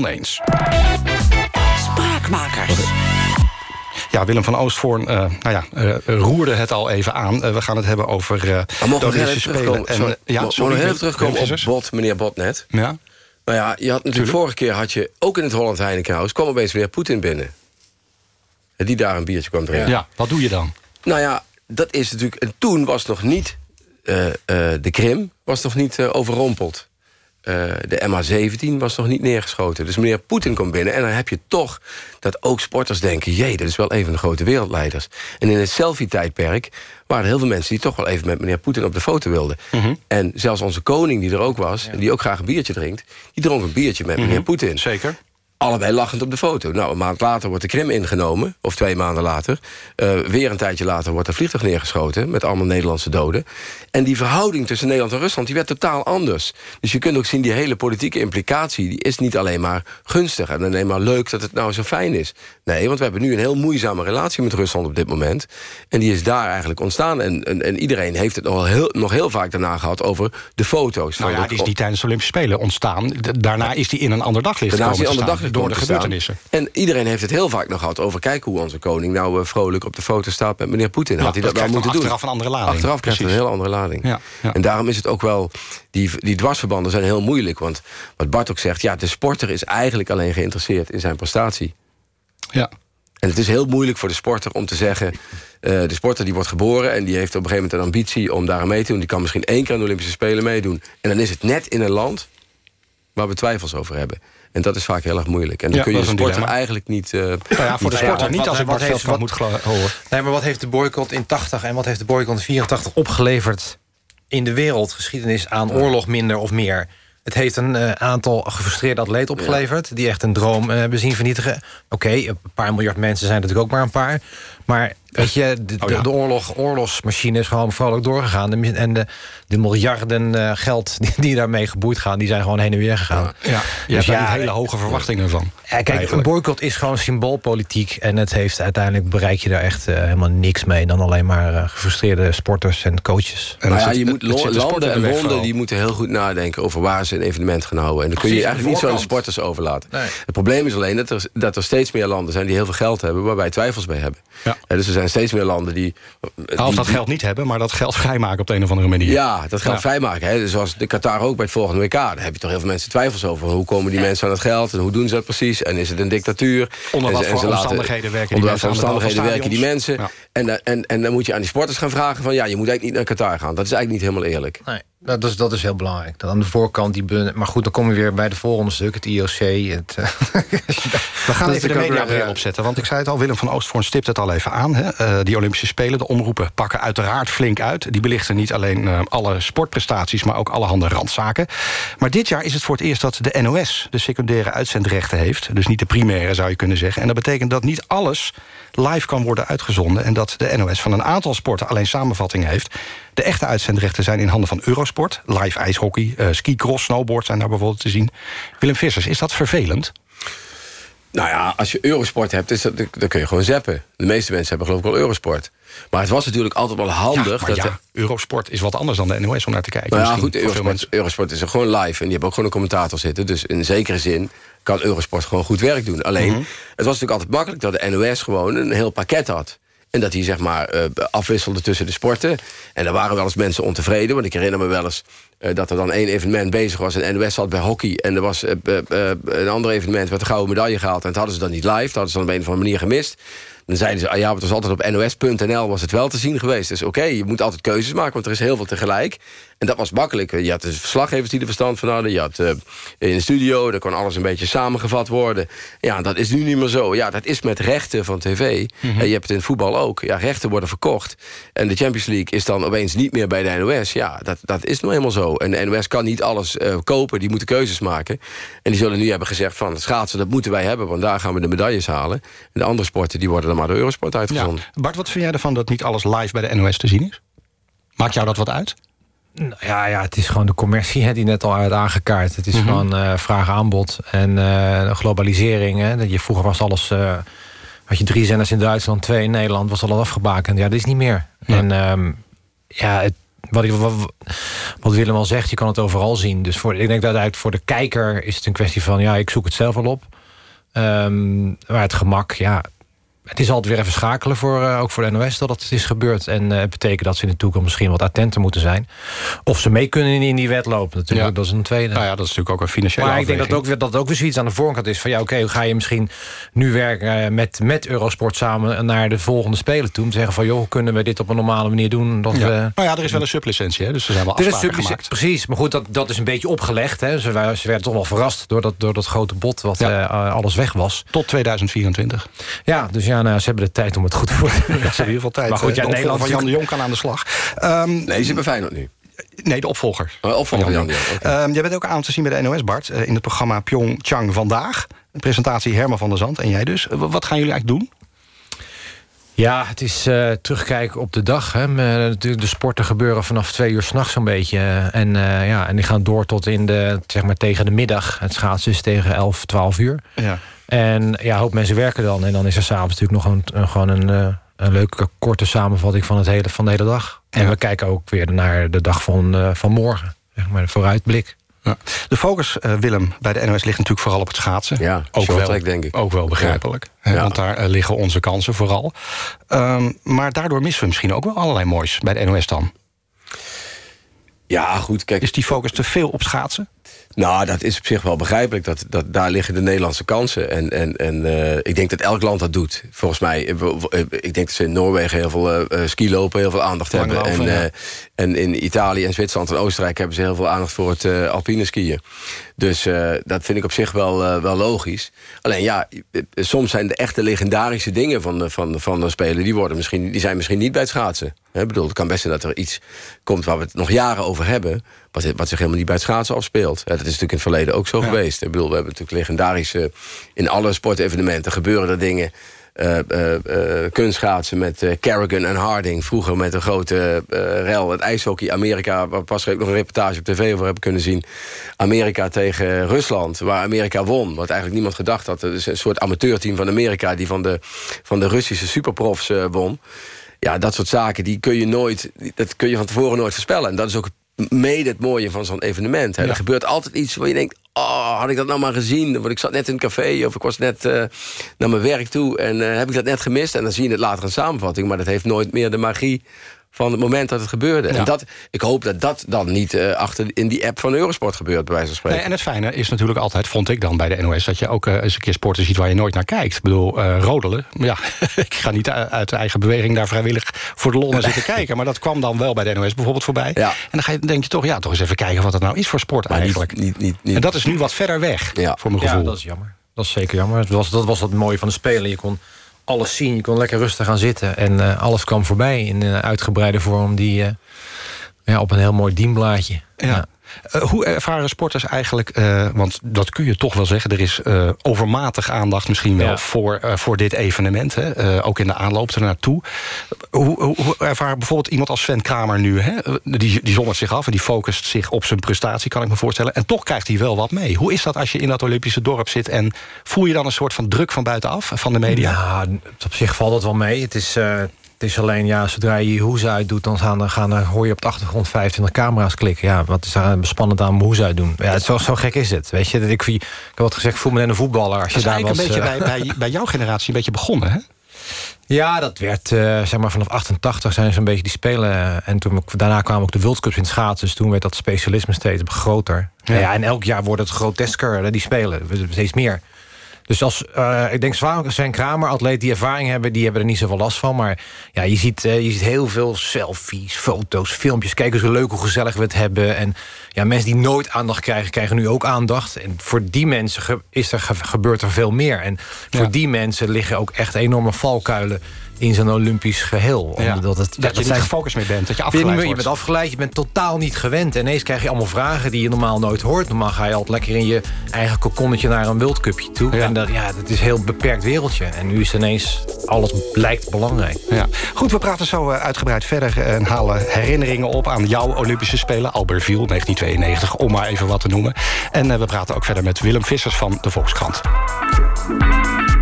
oneens. Spraakmakers. Ja, Willem van Oostvoorn roerde het al even aan. We gaan het hebben over de Olympische Spelen. Nog heel terugkomen op meneer Bot net. Ja? Nou ja, je had natuurlijk vorige keer ook in het Holland Heinekenhuis kwam opeens meneer Poetin binnen. Die daar een biertje kwam drinken. Ja, wat doe je dan? Nou ja, dat is natuurlijk... En toen was nog niet... de Krim was nog niet overrompeld. De MH17 was nog niet neergeschoten. Dus meneer Poetin komt binnen en dan heb je toch... dat ook sporters denken... jee, dat is wel een van de grote wereldleiders. En in het selfie-tijdperk waren er heel veel mensen... die toch wel even met meneer Poetin op de foto wilden. Mm-hmm. En zelfs onze koning, die er ook was... en die ook graag een biertje drinkt... die dronk een biertje met meneer Poetin. Zeker. Allebei lachend op de foto. Nou, een maand later wordt de Krim ingenomen. Of 2 maanden later. Weer een tijdje later wordt er vliegtuig neergeschoten. Met allemaal Nederlandse doden. En die verhouding tussen Nederland en Rusland... die werd totaal anders. Dus je kunt ook zien, die hele politieke implicatie... die is niet alleen maar gunstig. En alleen maar leuk dat het nou zo fijn is. Nee, want we hebben nu een heel moeizame relatie met Rusland op dit moment. En die is daar eigenlijk ontstaan. En iedereen heeft het nog heel vaak daarna gehad... over de foto's. Nou ja, die is niet tijdens de Olympische Spelen ontstaan. Daarna is die in een ander daglicht komen te staan. Door de gebeurtenissen. En iedereen heeft het heel vaak nog gehad over... kijk hoe onze koning nou vrolijk op de foto staat met meneer Poetin. Had hij dat wel moeten doen? Achteraf een andere lading. Achteraf krijgt het een heel andere lading. Ja. En daarom is het ook wel... Die dwarsverbanden zijn heel moeilijk. Want wat Bart ook zegt... ja, de sporter is eigenlijk alleen geïnteresseerd in zijn prestatie. Ja. En het is heel moeilijk voor de sporter om te zeggen... de sporter die wordt geboren en die heeft op een gegeven moment een ambitie... om daar aan mee te doen. Die kan misschien 1 keer aan de Olympische Spelen meedoen. En dan is het net in een land waar we twijfels over hebben. En dat is vaak heel erg moeilijk. En dan kun je de sporter eigenlijk niet... voor de sporter niet als ik Bart Veldkamp moet horen. Nee, maar wat heeft de boycott in 80 en wat heeft de boycott in 84 opgeleverd... in de wereldgeschiedenis aan oorlog minder of meer? Het heeft een aantal gefrustreerde atleten opgeleverd... die echt een droom hebben zien vernietigen. Oké, een paar miljard mensen zijn natuurlijk ook maar een paar. Maar weet je, de oorlogsmachine is gewoon vrolijk doorgegaan. En de miljarden geld die daarmee geboeid gaan... die zijn gewoon heen en weer gegaan. Ja, je hebt daar hele hoge verwachtingen van. Kijk, een boycott is gewoon symboolpolitiek... en het heeft uiteindelijk bereik je daar echt helemaal niks mee... dan alleen maar gefrustreerde sporters en coaches. En landen en bonden die moeten heel goed nadenken... over waar ze een evenement gaan houden. En dan kun je eigenlijk niet zo aan de sporters overlaten. Nee. Het probleem is alleen dat er steeds meer landen zijn... die heel veel geld hebben, waar wij twijfels bij hebben. Ja. Dus er zijn steeds meer landen die... Of dat geld niet hebben, maar dat geld vrijmaken op de een of andere manier. Ja, dat geld vrijmaken. Hè. Zoals de Qatar ook bij het volgende WK. Daar heb je toch heel veel mensen twijfels over. Hoe komen die mensen aan het geld en hoe doen ze dat precies? En is het een dictatuur? Onder wat voor omstandigheden werken die mensen? Ja. En dan moet je aan die sporters gaan vragen van... ja, je moet eigenlijk niet naar Qatar gaan. Dat is eigenlijk niet helemaal eerlijk. Nee. Dat is heel belangrijk. Dat aan de voorkant maar goed, dan kom je weer bij de volgende stuk, het IOC. We gaan even de mediabril opzetten, want ik zei het al, Willem van Oostvoorn stipt het al even aan. Hè? Die Olympische Spelen, de omroepen pakken uiteraard flink uit. Die belichten niet alleen alle sportprestaties, maar ook allerhande randzaken. Maar dit jaar is het voor het eerst dat de NOS de secundaire uitzendrechten heeft. Dus niet de primaire, zou je kunnen zeggen. En dat betekent dat niet alles live kan worden uitgezonden... en dat de NOS van een aantal sporten alleen samenvattingen heeft. De echte uitzendrechten zijn in handen van Eurosport. Live ijshockey, ski-cross, snowboard zijn daar bijvoorbeeld te zien. Willem Vissers, is dat vervelend? Nou ja, als je Eurosport hebt, dan kun je gewoon zappen. De meeste mensen hebben geloof ik wel Eurosport. Maar het was natuurlijk altijd wel handig... Eurosport is wat anders dan de NOS om naar te kijken. Nou ja, goed, Eurosport is er gewoon live... en die hebben ook gewoon een commentator zitten. Dus in zekere zin kan Eurosport gewoon goed werk doen. Alleen, het was natuurlijk altijd makkelijk dat de NOS gewoon een heel pakket had. En dat hij zeg maar afwisselde tussen de sporten. En daar waren wel eens mensen ontevreden. Want ik herinner me wel eens dat er dan 1 evenement bezig was. En NOS zat bij hockey. En er was een ander evenement met de gouden medaille gehaald. En dat hadden ze dan niet live. Dat hadden ze dan op een of andere manier gemist. Dan zeiden ze, het was altijd op nos.nl was het wel te zien geweest. Dus oké, je moet altijd keuzes maken, want er is heel veel tegelijk. En dat was makkelijk. Je had de verslaggevers die er verstand van hadden. Je had in de studio, daar kon alles een beetje samengevat worden. Ja, dat is nu niet meer zo. Ja, dat is met rechten van tv. En je hebt het in het voetbal ook. Ja, rechten worden verkocht. En de Champions League is dan opeens niet meer bij de NOS. Ja, dat is nou helemaal zo. En de NOS kan niet alles kopen. Die moeten keuzes maken. En die zullen nu hebben gezegd van schaatsen, dat moeten wij hebben. Want daar gaan we de medailles halen. En de andere sporten, die worden dan maar door Eurosport uitgezonden. Ja. Bart, wat vind jij ervan dat niet alles live bij de NOS te zien is? Maakt jou dat wat uit? Nou ja, het is gewoon de commercie die net al werd aangekaart. Het is gewoon vraag-aanbod en globalisering. Hè. Vroeger was alles... had je 3 zenders in Duitsland, 2 in Nederland, was alles afgebakend. Ja, dat is niet meer. Ja. En wat Willem al zegt, je kan het overal zien. Dus ik denk dat uiteindelijk voor de kijker is het een kwestie van... ja, ik zoek het zelf wel op. Maar het gemak, ja... Het is altijd weer even schakelen, ook voor de NOS, dat het is gebeurd. En het betekent dat ze in de toekomst misschien wat attenter moeten zijn. Of ze mee kunnen in die wedloop, natuurlijk. Ja. Dat is een tweede. Nou ja, dat is natuurlijk ook een financiële afweging. Maar ik denk dat ook weer zoiets aan de voorkant is. Van ja, oké, ga je misschien nu werken met Eurosport samen naar de volgende Spelen toe. Om te zeggen van, joh, kunnen we dit op een normale manier doen? Dat Nou ja, er is wel een sublicentie, hè? Dus er zijn wel afspraken gemaakt. Precies, maar goed, dat is een beetje opgelegd. Hè? Ze werden toch wel verrast door dat grote bod wat alles weg was. Tot 2024. Ja, dus ja, nou, ze hebben de tijd om het goed te worden. Ja, ze hebben heel veel tijd. Maar goed, de opvolger van Jan de Jong kan aan de slag. Nee, ze hebben Feyenoord nu. Nee, de opvolger. Opvolger Jan de Jong. Jij bent ook aan te zien bij de NOS, Bart. In het programma Pyeongchang Vandaag. De presentatie Herman van der Zand en jij dus. Wat gaan jullie eigenlijk doen? Ja, het is terugkijken op de dag. Hè. Natuurlijk, de sporten gebeuren vanaf 2 uur 's nachts zo'n beetje. En die gaan door tot tegen de middag. Het schaatsen is tegen 11, 12 uur. Ja. En ja, een hoop mensen werken dan. En dan is er s'avonds natuurlijk nog een leuke korte samenvatting van de hele dag. Ja. En we kijken ook weer naar de dag van morgen. Zeg maar de vooruitblik. Ja. De focus, Willem, bij de NOS ligt natuurlijk vooral op het schaatsen. Ja, shorttrack, denk ik. Ook wel begrijpelijk. Ja. Want daar liggen onze kansen vooral. Maar daardoor missen we misschien ook wel allerlei moois bij de NOS dan. Ja, goed, kijk. Is die focus te veel op schaatsen? Nou, dat is op zich wel begrijpelijk. Dat daar liggen de Nederlandse kansen. En ik denk dat elk land dat doet. Volgens mij, ik denk dat ze in Noorwegen heel veel skilopen, heel veel aandacht hebben. En in Italië en Zwitserland en Oostenrijk hebben ze heel veel aandacht voor het alpine skiën. Dus dat vind ik op zich wel logisch. Alleen ja, soms zijn de echte legendarische dingen van de Spelen... die zijn misschien niet bij het schaatsen. Ik bedoel, het kan best zijn dat er iets komt waar we het nog jaren over hebben... wat zich helemaal niet bij het schaatsen afspeelt. Dat is natuurlijk in het verleden ook zo geweest. Ik bedoel, we hebben natuurlijk legendarische... in alle sportevenementen gebeuren er dingen... kunstschaatsen met Kerrigan en Harding. Vroeger met een grote rel. Het ijshockey, Amerika, waar pas nog een reportage op tv over hebben kunnen zien. Amerika tegen Rusland, waar Amerika won. Wat eigenlijk niemand gedacht had. Het is een soort amateurteam van Amerika... die van de Russische superprofs won. Ja, dat soort zaken, dat kun je van tevoren nooit voorspellen. En dat is ook mede het mooie van zo'n evenement. Hè. Ja. Er gebeurt altijd iets waar je denkt... had ik dat nou maar gezien? Want ik zat net in een café of ik was net naar mijn werk toe... en heb ik dat net gemist? En dan zie je het later een samenvatting... maar dat heeft nooit meer de magie van het moment dat het gebeurde. Ja. En ik hoop dat dan niet achter in die app van Eurosport gebeurt, bij wijze van spreken. Nee, en het fijne is natuurlijk altijd, vond ik dan bij de NOS... dat je ook eens een keer sporten ziet waar je nooit naar kijkt. Ik bedoel, rodelen. Ja, ik ga niet uit de eigen beweging daar vrijwillig voor de lol naar zitten kijken. Maar dat kwam dan wel bij de NOS bijvoorbeeld voorbij. Ja. En dan denk je toch eens even kijken wat het nou is voor sport eigenlijk. Niet. En dat is nu wat verder weg, voor mijn gevoel. Ja, dat is jammer. Dat is zeker jammer. Dat was het mooie van de Spelen. Je kon alles zien, je kon lekker rustig gaan zitten. En alles kwam voorbij in een uitgebreide vorm... die op een heel mooi dienblaadje. Ja. Hoe ervaren sporters eigenlijk... want dat kun je toch wel zeggen... er is overmatig aandacht misschien wel voor dit evenement. Hè? Ook in de aanloop ernaartoe. Hoe ervaart bijvoorbeeld iemand als Sven Kramer nu? Hè? Die zondert zich af en die focust zich op zijn prestatie... kan ik me voorstellen. En toch krijgt hij wel wat mee. Hoe is dat als je in dat Olympische dorp zit... en voel je dan een soort van druk van buitenaf, van de media? Ja, op zich valt het wel mee. Het is alleen, zodra je hoes uitdoet... dan hoor je op de achtergrond 25 camera's klikken. Ja, wat is daar spannend aan hoes uitdoen? Ja, zo gek is het. Weet je, ik heb wat gezegd, voel me net een voetballer. Als dat je is daar eigenlijk een beetje bij jouw generatie een beetje begonnen, hè? Ja, dat werd, vanaf 88 zijn ze een beetje die Spelen. En daarna kwamen ook de World Cups in het schaatsen. Dus toen werd dat specialisme steeds groter. Ja, en elk jaar wordt het grotesker, die Spelen. Steeds meer. Dus ik denk Sven Kramer, atleet die ervaring hebben... die hebben er niet zoveel last van. Maar ja, je ziet heel veel selfies, foto's, filmpjes. Kijk eens hoe leuk, hoe gezellig we het hebben. En ja, mensen die nooit aandacht krijgen nu ook aandacht. En voor die mensen gebeurt er veel meer. En voor die mensen liggen ook echt enorme valkuilen... in zo'n Olympisch geheel. Ja. Dat je niet gefocust meer bent, dat je afgeleid wordt. Je bent afgeleid, je bent totaal niet gewend. En ineens krijg je allemaal vragen die je normaal nooit hoort. Normaal ga je altijd lekker in je eigen kokonnetje naar een World Cupje toe. Ja. En dat is een heel beperkt wereldje. En nu is ineens alles lijkt belangrijk. Ja. Goed, we praten zo uitgebreid verder en halen herinneringen op aan jouw Olympische Spelen. Albertville, 1992, om maar even wat te noemen. En we praten ook verder met Willem Vissers van de Volkskrant.